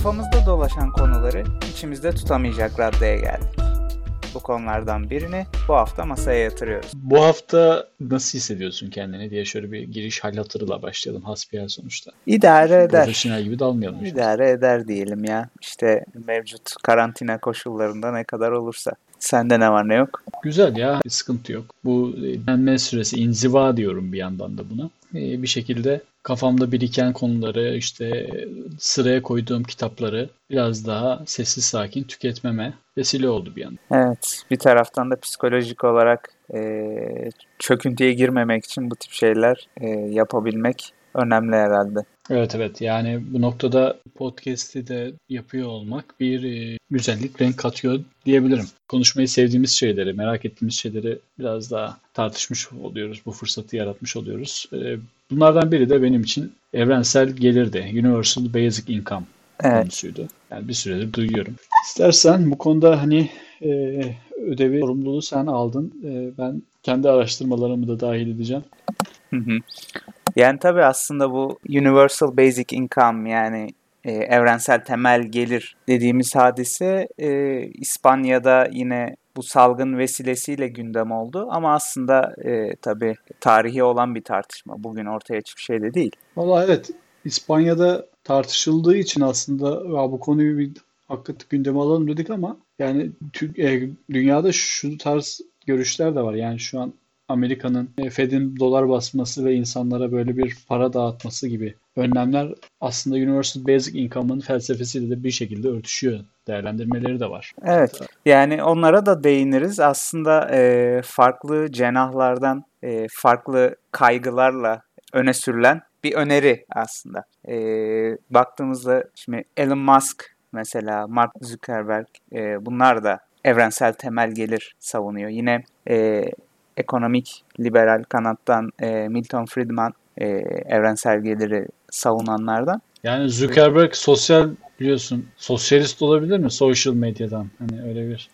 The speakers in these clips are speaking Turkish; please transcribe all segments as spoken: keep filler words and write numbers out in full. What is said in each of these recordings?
Kafamızda dolaşan konuları içimizde tutamayacak raddeye geldik. Bu konulardan birini bu hafta masaya yatırıyoruz. Bu hafta nasıl hissediyorsun kendini diye şöyle bir giriş hal hatırıyla başlayalım hasbihal sonuçta. İdare eder. Profesyonel gibi dalmayalım. İdare şimdi. eder diyelim ya. İşte mevcut karantina koşullarında ne kadar olursa. Sende ne var ne yok? Güzel ya, bir sıkıntı yok. Bu dinlenme süresi, inziva diyorum bir yandan da buna. Ee, bir şekilde kafamda biriken konuları, işte sıraya koyduğum kitapları biraz daha sessiz sakin tüketmeme vesile oldu bir yandan. Evet, bir taraftan da psikolojik olarak e, çöküntüye girmemek için bu tip şeyler e, yapabilmek önemli herhalde. Evet evet, yani bu noktada podcast'i de yapıyor olmak bir e, güzellik, renk katıyor diyebilirim. Konuşmayı sevdiğimiz şeyleri, merak ettiğimiz şeyleri biraz daha tartışmış oluyoruz. Bu fırsatı yaratmış oluyoruz. E, bunlardan biri de benim için evrensel gelirdi. Universal Basic Income Evet. konusuydu. Yani bir süredir duyuyorum. İstersen bu konuda hani e, ödevi, sorumluluğu sen aldın. E, ben kendi araştırmalarımı da dahil edeceğim. Hı hı. Yani tabii aslında bu Universal Basic Income yani e, evrensel temel gelir dediğimiz hadise e, İspanya'da yine bu salgın vesilesiyle gündem oldu. Ama aslında e, tabii tarihi olan bir tartışma. Bugün ortaya çıkmış şey de değil. Vallahi evet, İspanya'da tartışıldığı için aslında ya bu konuyu bir hakikaten gündeme alalım dedik ama yani Tü- e, dünyada şu tarz görüşler de var. Yani şu an Amerika'nın e, Fed'in dolar basması ve insanlara böyle bir para dağıtması gibi önlemler aslında Universal Basic Income'ın felsefesiyle de bir şekilde örtüşüyor. Değerlendirmeleri de var. Evet, yani onlara da değiniriz. Aslında e, farklı cenahlardan, e, farklı kaygılarla öne sürülen bir öneri aslında. E, baktığımızda şimdi Elon Musk mesela, Mark Zuckerberg e, bunlar da evrensel temel gelir savunuyor. Yine e, ekonomik liberal kanattan e, Milton Friedman e, evrensel geliri savunanlardan. Yani Zuckerberg sosyal, biliyorsun, sosyalist olabilir mi? Social medyadan. Hani öyle bir.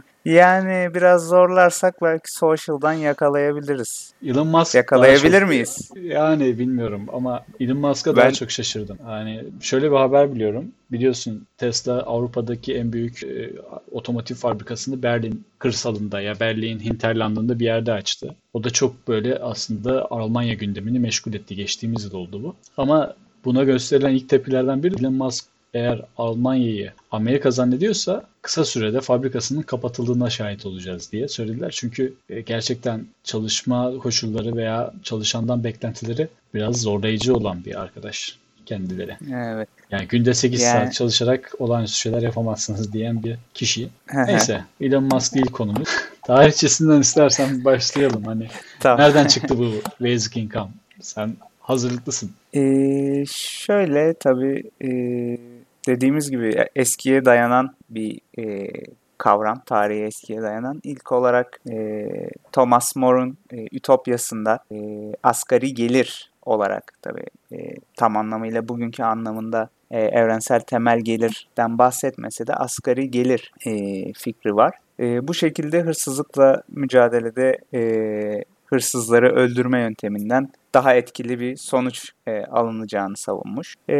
Yani biraz zorlarsak belki social'dan yakalayabiliriz. Elon Musk daha çok, Yakalayabilir miyiz? yani bilmiyorum ama Elon Musk'a daha Ben çok şaşırdım. Yani şöyle bir haber biliyorum. Biliyorsun Tesla Avrupa'daki en büyük e, otomotiv fabrikasını Berlin kırsalında, ya Berlin hinterlandında bir yerde açtı. O da çok böyle aslında Almanya gündemini meşgul etti. Geçtiğimiz yıl oldu bu. Ama buna gösterilen ilk tepkilerden biri, Elon Musk eğer Almanya'yı Amerika zannediyorsa kısa sürede fabrikasının kapatıldığına şahit olacağız diye söylediler. Çünkü e, gerçekten çalışma koşulları veya çalışandan beklentileri biraz zorlayıcı olan bir arkadaş kendileri. evet. Yani günde sekiz Yani saat çalışarak olağanüstü şeyler yapamazsınız diyen bir kişi. Neyse, Elon Musk değil konumuz. Tarihçesinden istersen başlayalım. Hani tamam. nereden çıktı bu Basic Income? Sen hazırlıklısın. Ee, şöyle tabii e, dediğimiz gibi eskiye dayanan bir e, kavram, tarihi eskiye dayanan. İlk olarak e, Thomas More'un e, Ütopyası'nda e, asgari gelir olarak tabii e, tam anlamıyla bugünkü anlamında e, evrensel temel gelirden bahsetmese de asgari gelir e, fikri var. E, bu şekilde hırsızlıkla mücadelede e, hırsızları öldürme yönteminden daha etkili bir sonuç e, alınacağını savunmuş. E,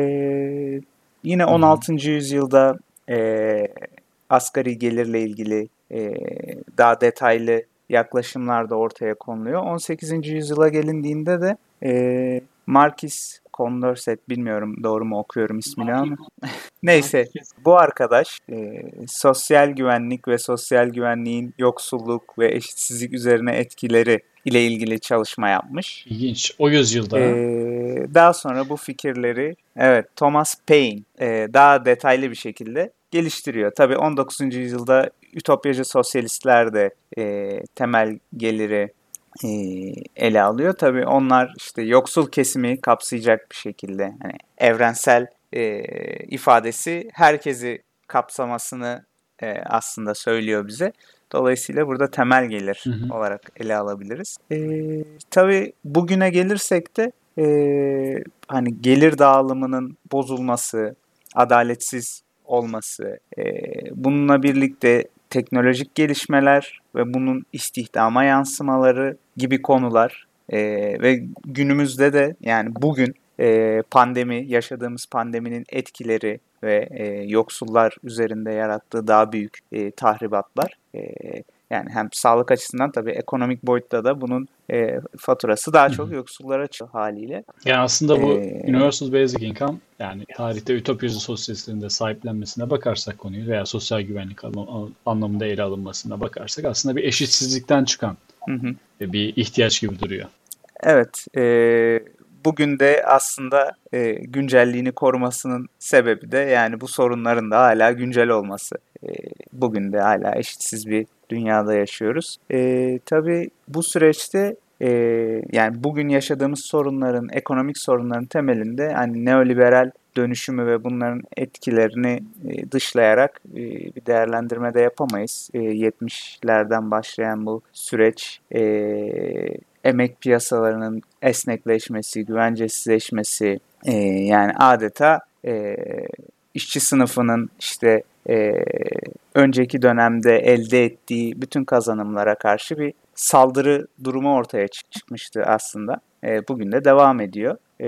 yine Hı hı. on altıncı yüzyılda e, asgari gelirle ilgili e, daha detaylı yaklaşımlar da ortaya konuluyor. on sekizinci yüzyıla gelindiğinde de e, Marquis Condorcet, bilmiyorum doğru mu okuyorum ismini ama neyse, bu arkadaş e, sosyal güvenlik ve sosyal güvenliğin yoksulluk ve eşitsizlik üzerine etkileri ile ilgili çalışma yapmış. İlginç. O yüzyılda. E, daha sonra bu fikirleri evet Thomas Paine e, daha detaylı bir şekilde geliştiriyor. Tabii on dokuzuncu yüzyılda ütopyacı sosyalistler de e, temel geliri e, ele alıyor. Tabii onlar işte yoksul kesimi kapsayacak bir şekilde, hani evrensel e, ifadesi herkesi kapsamasını e, aslında söylüyor bize. Dolayısıyla burada temel gelir Hı hı. olarak ele alabiliriz. E, tabii bugüne gelirsek de e, hani gelir dağılımının bozulması, adaletsiz olması, e, bununla birlikte teknolojik gelişmeler ve bunun istihdama yansımaları gibi konular e, ve günümüzde de yani bugün e, pandemi, yaşadığımız pandeminin etkileri ve e, yoksullar üzerinde yarattığı daha büyük e, tahribatlar. E, yani hem sağlık açısından tabii ekonomik boyutta da bunun e, faturası daha Hı çok hı. yoksullara çıkıyor haliyle. Yani aslında bu E, Universal Basic Income, yani tarihte ütopyacı sosyalistlerin de sahiplenmesine bakarsak konuyu veya sosyal güvenlik anlam- anlamında ele alınmasına bakarsak aslında bir eşitsizlikten çıkan hı hı. bir ihtiyaç gibi duruyor. Evet, e, bugün de aslında e, güncelliğini korumasının sebebi de yani bu sorunların da hala güncel olması. E, bugün de hala eşitsiz bir dünyada yaşıyoruz. E, tabii bu süreçte e, yani bugün yaşadığımız sorunların, ekonomik sorunların temelinde hani neoliberal dönüşümü ve bunların etkilerini e, dışlayarak e, bir değerlendirme de yapamayız. E, yetmişlerden başlayan bu süreç e, emek piyasalarının esnekleşmesi, güvencesizleşmesi, e, yani adeta e, işçi sınıfının işte e, önceki dönemde elde ettiği bütün kazanımlara karşı bir saldırı durumu ortaya çıkmıştı aslında. E, bugün de devam ediyor. E,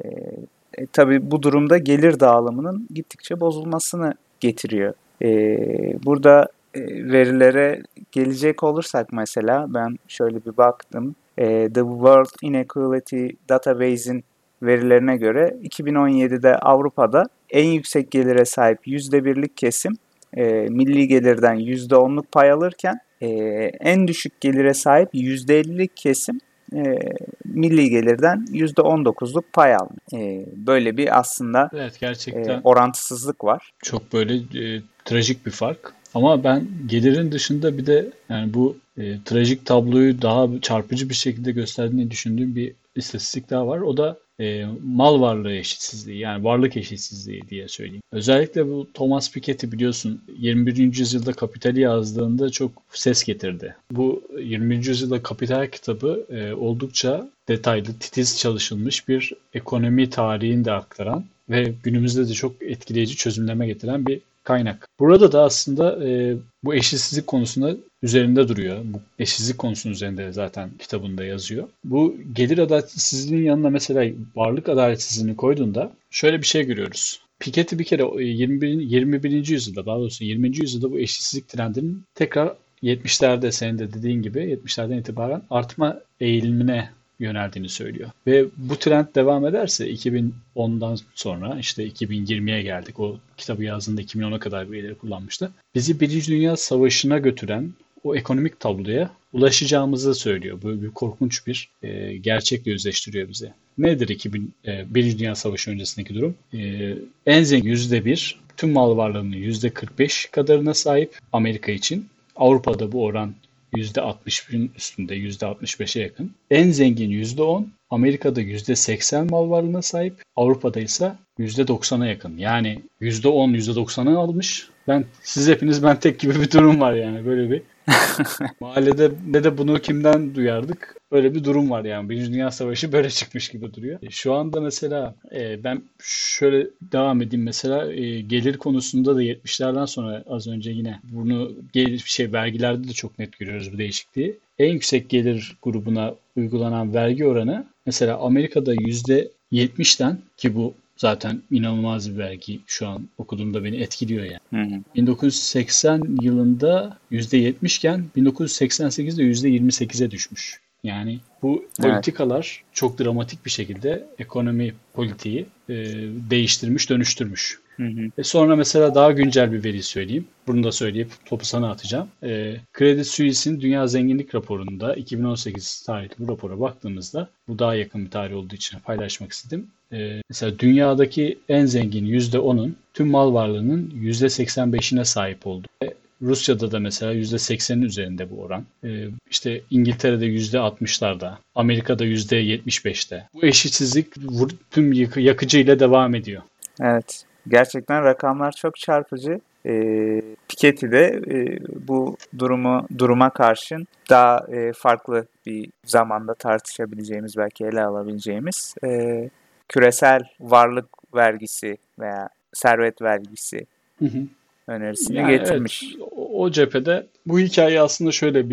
e, tabii bu durumda gelir dağılımının gittikçe bozulmasını getiriyor. E, burada e, verilere gelecek olursak mesela ben şöyle bir baktım. E, The World Inequality Database'in verilerine göre iki bin on yedide Avrupa'da en yüksek gelire sahip yüzde birlik kesim e, milli gelirden yüzde onluk pay alırken e, en düşük gelire sahip yüzde ellilik kesim e, milli gelirden yüzde on dokuzluk pay almış. E, böyle bir aslında Evet, e, gerçekten orantısızlık var. çok böyle e, trajik bir fark. Ama ben gelirin dışında bir de yani bu e, trajik tabloyu daha çarpıcı bir şekilde gösterdiğini düşündüğüm bir istatistik daha var. O da e, mal varlığı eşitsizliği, yani varlık eşitsizliği diye söyleyeyim. Özellikle bu Thomas Piketty biliyorsun yirmi birinci yüzyılda Kapital'i yazdığında çok ses getirdi. Bu yirmi birinci yüzyılda Kapital kitabı e, oldukça detaylı, titiz çalışılmış bir ekonomi tarihini de aktaran ve günümüzde de çok etkileyici çözümleme getiren bir kaynak. Burada da aslında e, bu eşitsizlik konusunda üzerinde duruyor. Bu eşitsizlik konusunun üzerinde zaten kitabında yazıyor. Bu gelir adaletsizliğinin yanına mesela varlık adaletsizliğini koyduğunda şöyle bir şey görüyoruz. Piketty bir kere yirmi bir, yirmi birinci yüzyılda, daha doğrusu yirminci yüzyılda bu eşitsizlik trendinin tekrar yetmişlerde senin de dediğin gibi yetmişlerden itibaren artma eğilimine yöneldiğini söylüyor. Ve bu trend devam ederse iki bin ondan sonra işte iki bin yirmiye geldik. O kitabı yazdığında iki bin ona kadar bir ileri kullanmıştı. Bizi Birinci Dünya Savaşı'na götüren o ekonomik tabloya ulaşacağımızı söylüyor. Böyle bir korkunç bir e, gerçekle yüzleştiriyor bize. Nedir iki bin, e, Birinci Dünya Savaşı öncesindeki durum? E, en zengin yüzde bir, tüm mal varlığının yüzde kırk beş kadarına sahip Amerika için. Avrupa'da bu oran yüzde altmışın üstünde, yüzde altmış beşe yakın. En zengin yüzde on, Amerika'da yüzde seksen mal varlığına sahip, Avrupa'da ise yüzde doksana yakın. Yani yüzde on, yüzde doksanı almış. Ben, siz hepiniz ben tek gibi bir durum var yani, böyle bir. Mahallede ne de bunu kimden duyardık? Böyle bir durum var yani. Birinci Dünya Savaşı böyle çıkmış gibi duruyor. E, Şu anda mesela e, ben şöyle devam edeyim mesela e, gelir konusunda da yetmişlerden sonra az önce yine bunu gelir, şey vergilerde de çok net görüyoruz bu değişikliği. En yüksek gelir grubuna uygulanan vergi oranı mesela Amerika'da yüzde yetmişten, ki bu zaten inanılmaz bir vergi, şu an okuduğumda beni etkiliyor yani. Hı hı. bin dokuz yüz seksen yılında yüzde yetmiş iken bin dokuz yüz seksen sekizde yüzde yirmi sekize düşmüş. Yani bu Evet. politikalar çok dramatik bir şekilde ekonomi politiği e, değiştirmiş, dönüştürmüş. Hı hı. Ve sonra mesela daha güncel bir veri söyleyeyim. Bunu da söyleyip topu sana atacağım. E, Credit Suisse'in Dünya Zenginlik Raporu'nda iki bin on sekiz tarihli bu rapora baktığımızda, bu daha yakın bir tarih olduğu için paylaşmak istedim. E, mesela dünyadaki en zengin yüzde onun tüm mal varlığının yüzde seksen beşine sahip oldu. Ve Rusya'da da mesela yüzde seksenin üzerinde bu oran. Ee, işte İngiltere'de yüzde altmışlarda, Amerika'da yüzde yetmiş beşte. Bu eşitsizlik vur- tüm yıkı- yakıcıyla devam ediyor. Evet. Gerçekten rakamlar çok çarpıcı. E, Piketty de e, bu durumu duruma karşın daha e, farklı bir zamanda tartışabileceğimiz, belki ele alabileceğimiz e, küresel varlık vergisi veya servet vergisi Hı hı. önerisini Yani evet, getirmiş. o, o cephede bu hikaye aslında şöyle bir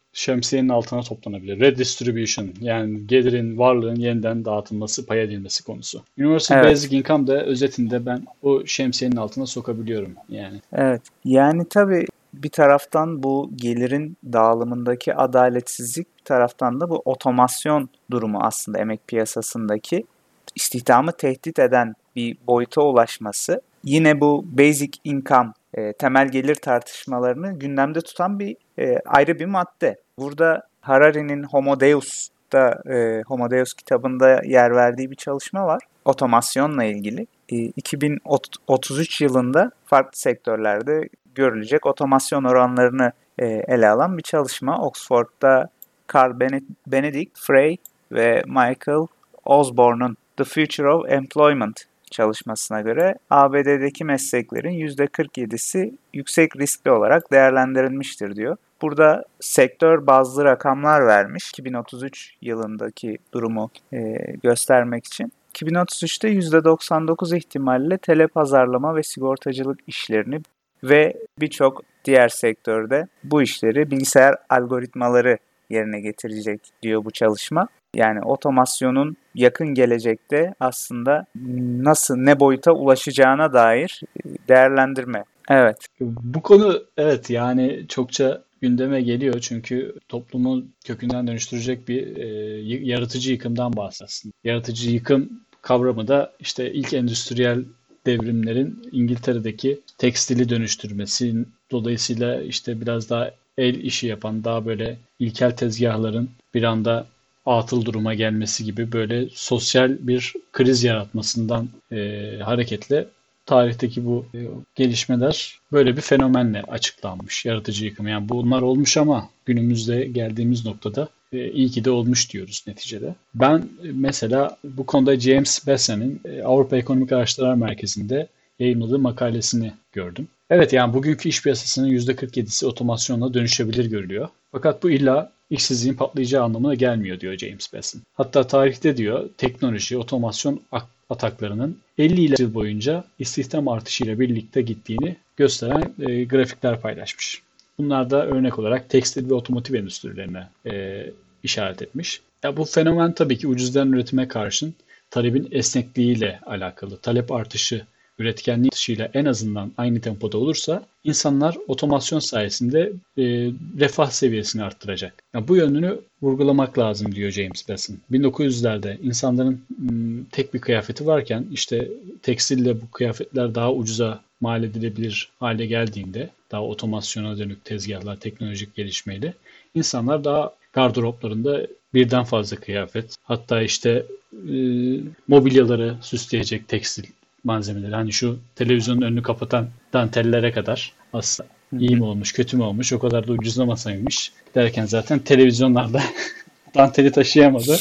şemsiyenin altına toplanabilir. Redistribution, yani gelirin, varlığın yeniden dağıtılması, pay edilmesi konusu. Universal Evet. Basic Income da özetinde ben o şemsiyenin altına sokabiliyorum yani. Evet. Yani tabii bir taraftan bu gelirin dağılımındaki adaletsizlik, bir taraftan da bu otomasyon durumu aslında emek piyasasındaki istihdamı tehdit eden bir boyuta ulaşması. Yine bu basic income, e, temel gelir tartışmalarını gündemde tutan bir e, ayrı bir madde. Burada Harari'nin Homo Deus'ta, e, Homo Deus kitabında yer verdiği bir çalışma var. Otomasyonla ilgili. E, iki bin otuz üç yılında farklı sektörlerde görülecek otomasyon oranlarını e, ele alan bir çalışma. Oxford'da Carl Benedict Frey ve Michael Osborne'un The Future of Employment çalışmasına göre A B D'deki mesleklerin yüzde kırk yedisi yüksek riskli olarak değerlendirilmiştir diyor. Burada sektör bazlı rakamlar vermiş iki bin otuz üç yılındaki durumu e, göstermek için. iki bin otuz üçte yüzde doksan dokuz ihtimalle telepazarlama ve sigortacılık işlerini ve birçok diğer sektörde bu işleri bilgisayar algoritmaları yerine getirecek diyor bu çalışma. Yani otomasyonun yakın gelecekte aslında nasıl, ne boyuta ulaşacağına dair değerlendirme. Evet. Bu konu evet yani çokça gündeme geliyor çünkü toplumu kökünden dönüştürecek bir e, yaratıcı yıkımdan bahsediyorsun. Yaratıcı yıkım kavramı da işte ilk endüstriyel devrimlerin İngiltere'deki tekstili dönüştürmesi, dolayısıyla işte biraz daha el işi yapan, daha böyle ilkel tezgahların bir anda atıl duruma gelmesi gibi böyle sosyal bir kriz yaratmasından e, hareketle tarihteki bu e, gelişmeler böyle bir fenomenle açıklanmış. Yaratıcı yıkım. Yani bunlar olmuş ama günümüzde geldiğimiz noktada e, iyi ki de olmuş diyoruz neticede. Ben e, mesela bu konuda James Besse'nin e, Avrupa Ekonomik Araştırmalar Merkezi'nde yayınladığı makalesini gördüm. Evet, yani bugünkü iş piyasasının yüzde kırk yedisi otomasyonla dönüşebilir görülüyor. Fakat bu illa işsizliğin patlayacağı anlamına gelmiyor diyor James Besson. Hatta tarihte diyor teknoloji, otomasyon ataklarının elli yıl boyunca istihdam artışıyla birlikte gittiğini gösteren e, grafikler paylaşmış. Bunlar da örnek olarak tekstil ve otomotiv endüstrilerine e, işaret etmiş. Ya bu fenomen tabii ki ucuzdan üretime karşın talebin esnekliğiyle alakalı. Talep artışı üretkenliği artışıyla en azından aynı tempoda olursa insanlar otomasyon sayesinde e, refah seviyesini arttıracak. Yani bu yönünü vurgulamak lazım diyor James Besson. bin dokuz yüzlerde insanların m, tek bir kıyafeti varken işte tekstille bu kıyafetler daha ucuza mal edilebilir hale geldiğinde, daha otomasyona dönük tezgahlar, teknolojik gelişmeyle insanlar daha gardıroplarında birden fazla kıyafet, hatta işte e, mobilyaları süsleyecek tekstil malzemeleri, hani şu televizyonun önünü kapatan dantellere kadar aslında iyi mi olmuş, kötü mü olmuş, o kadar da ucuzlamasaymış derken zaten televizyonlarda danteli taşıyamadı.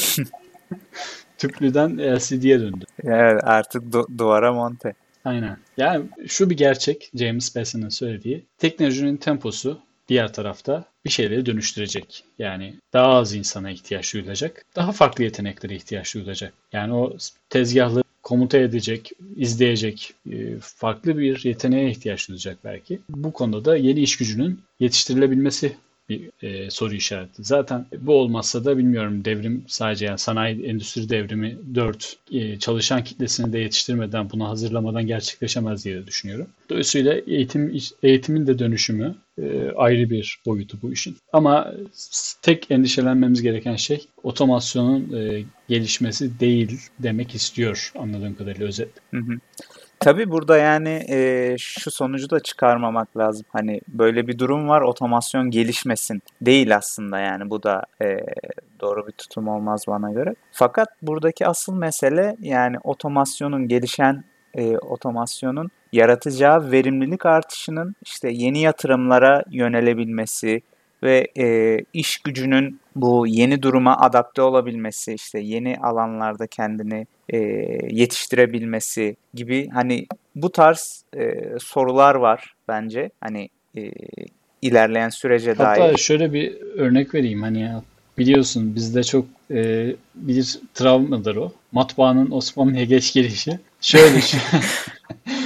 Tüplüden L C D'ye döndü. Evet, artık du- duvara monte. Aynen. Yani şu bir gerçek, James Besson'ın söylediği. Teknolojinin temposu diğer tarafta bir şeyleri dönüştürecek. Yani daha az insana ihtiyaç duyulacak. Daha farklı yeteneklere ihtiyaç duyulacak. Yani o tezgahları komuta edecek, izleyecek farklı bir yeteneğe ihtiyaç duyacak belki. Bu konuda da yeni iş gücünün yetiştirilebilmesi bir e, soru işareti. Zaten bu olmazsa da bilmiyorum, devrim sadece yani sanayi endüstri devrimi dört e, çalışan kitlesini de yetiştirmeden, buna hazırlamadan gerçekleşemez diye düşünüyorum. Dolayısıyla eğitim eğitimin de dönüşümü e, ayrı bir boyutu bu işin. Ama tek endişelenmemiz gereken şey otomasyonun e, gelişmesi değil demek istiyor anladığım kadarıyla özet. Hı hı. Tabii burada yani e, şu sonucu da çıkarmamak lazım. Hani böyle bir durum var, otomasyon gelişmesin değil aslında, yani bu da e, doğru bir tutum olmaz bana göre. Fakat buradaki asıl mesele yani otomasyonun gelişen e, otomasyonun yaratacağı verimlilik artışının işte yeni yatırımlara yönelebilmesi ve e, iş gücünün bu yeni duruma adapte olabilmesi, işte yeni alanlarda kendini e, yetiştirebilmesi gibi, hani bu tarz e, sorular var bence, hani e, ilerleyen sürece Hatta dair. şöyle bir örnek vereyim, hani ya, biliyorsun bizde çok e, bir travmadır o. Matbaanın Osmanlı'ya geç gelişi. Şöyle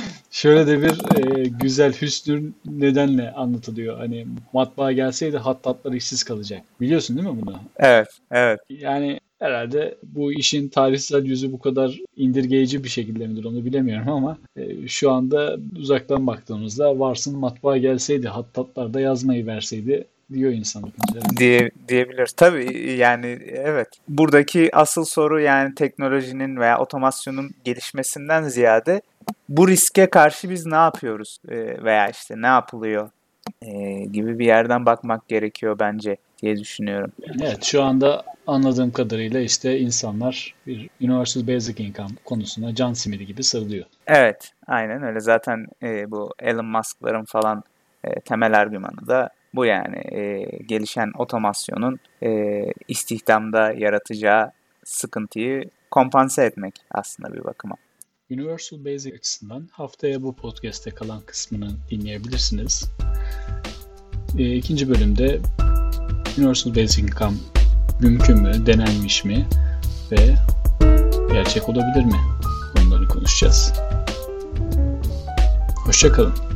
Şöyle de bir e, güzel hüsnü nedenle anlatılıyor. Hani matbaa gelseydi hattatlar işsiz kalacak. Biliyorsun değil mi bunu? Evet, evet. Yani herhalde bu işin tarihsel yüzü bu kadar indirgeyici bir şekilde midir onu bilemiyorum ama e, şu anda uzaktan baktığımızda varsın matbaa gelseydi hattatlar da yazmayı verseydi diyor insan. Evet. diye diyebiliriz. Tabii yani evet. Buradaki asıl soru yani teknolojinin veya otomasyonun gelişmesinden ziyade bu riske karşı biz ne yapıyoruz Ee, veya işte ne yapılıyor ee, gibi bir yerden bakmak gerekiyor bence diye düşünüyorum. Evet, şu anda anladığım kadarıyla işte insanlar bir Universal Basic Income konusuna can simidi gibi sarılıyor. Evet, aynen öyle. Zaten e, bu Elon Musk'ların falan e, temel argümanı da bu yani. E, gelişen otomasyonun e, istihdamda yaratacağı sıkıntıyı kompanse etmek aslında bir bakıma. Universal Basic açısından haftaya bu podcast'te kalan kısmını dinleyebilirsiniz. E, ikinci bölümde Universal Basic Income mümkün mü, denenmiş mi ve gerçek olabilir mi? Bunları konuşacağız. Hoşça kalın.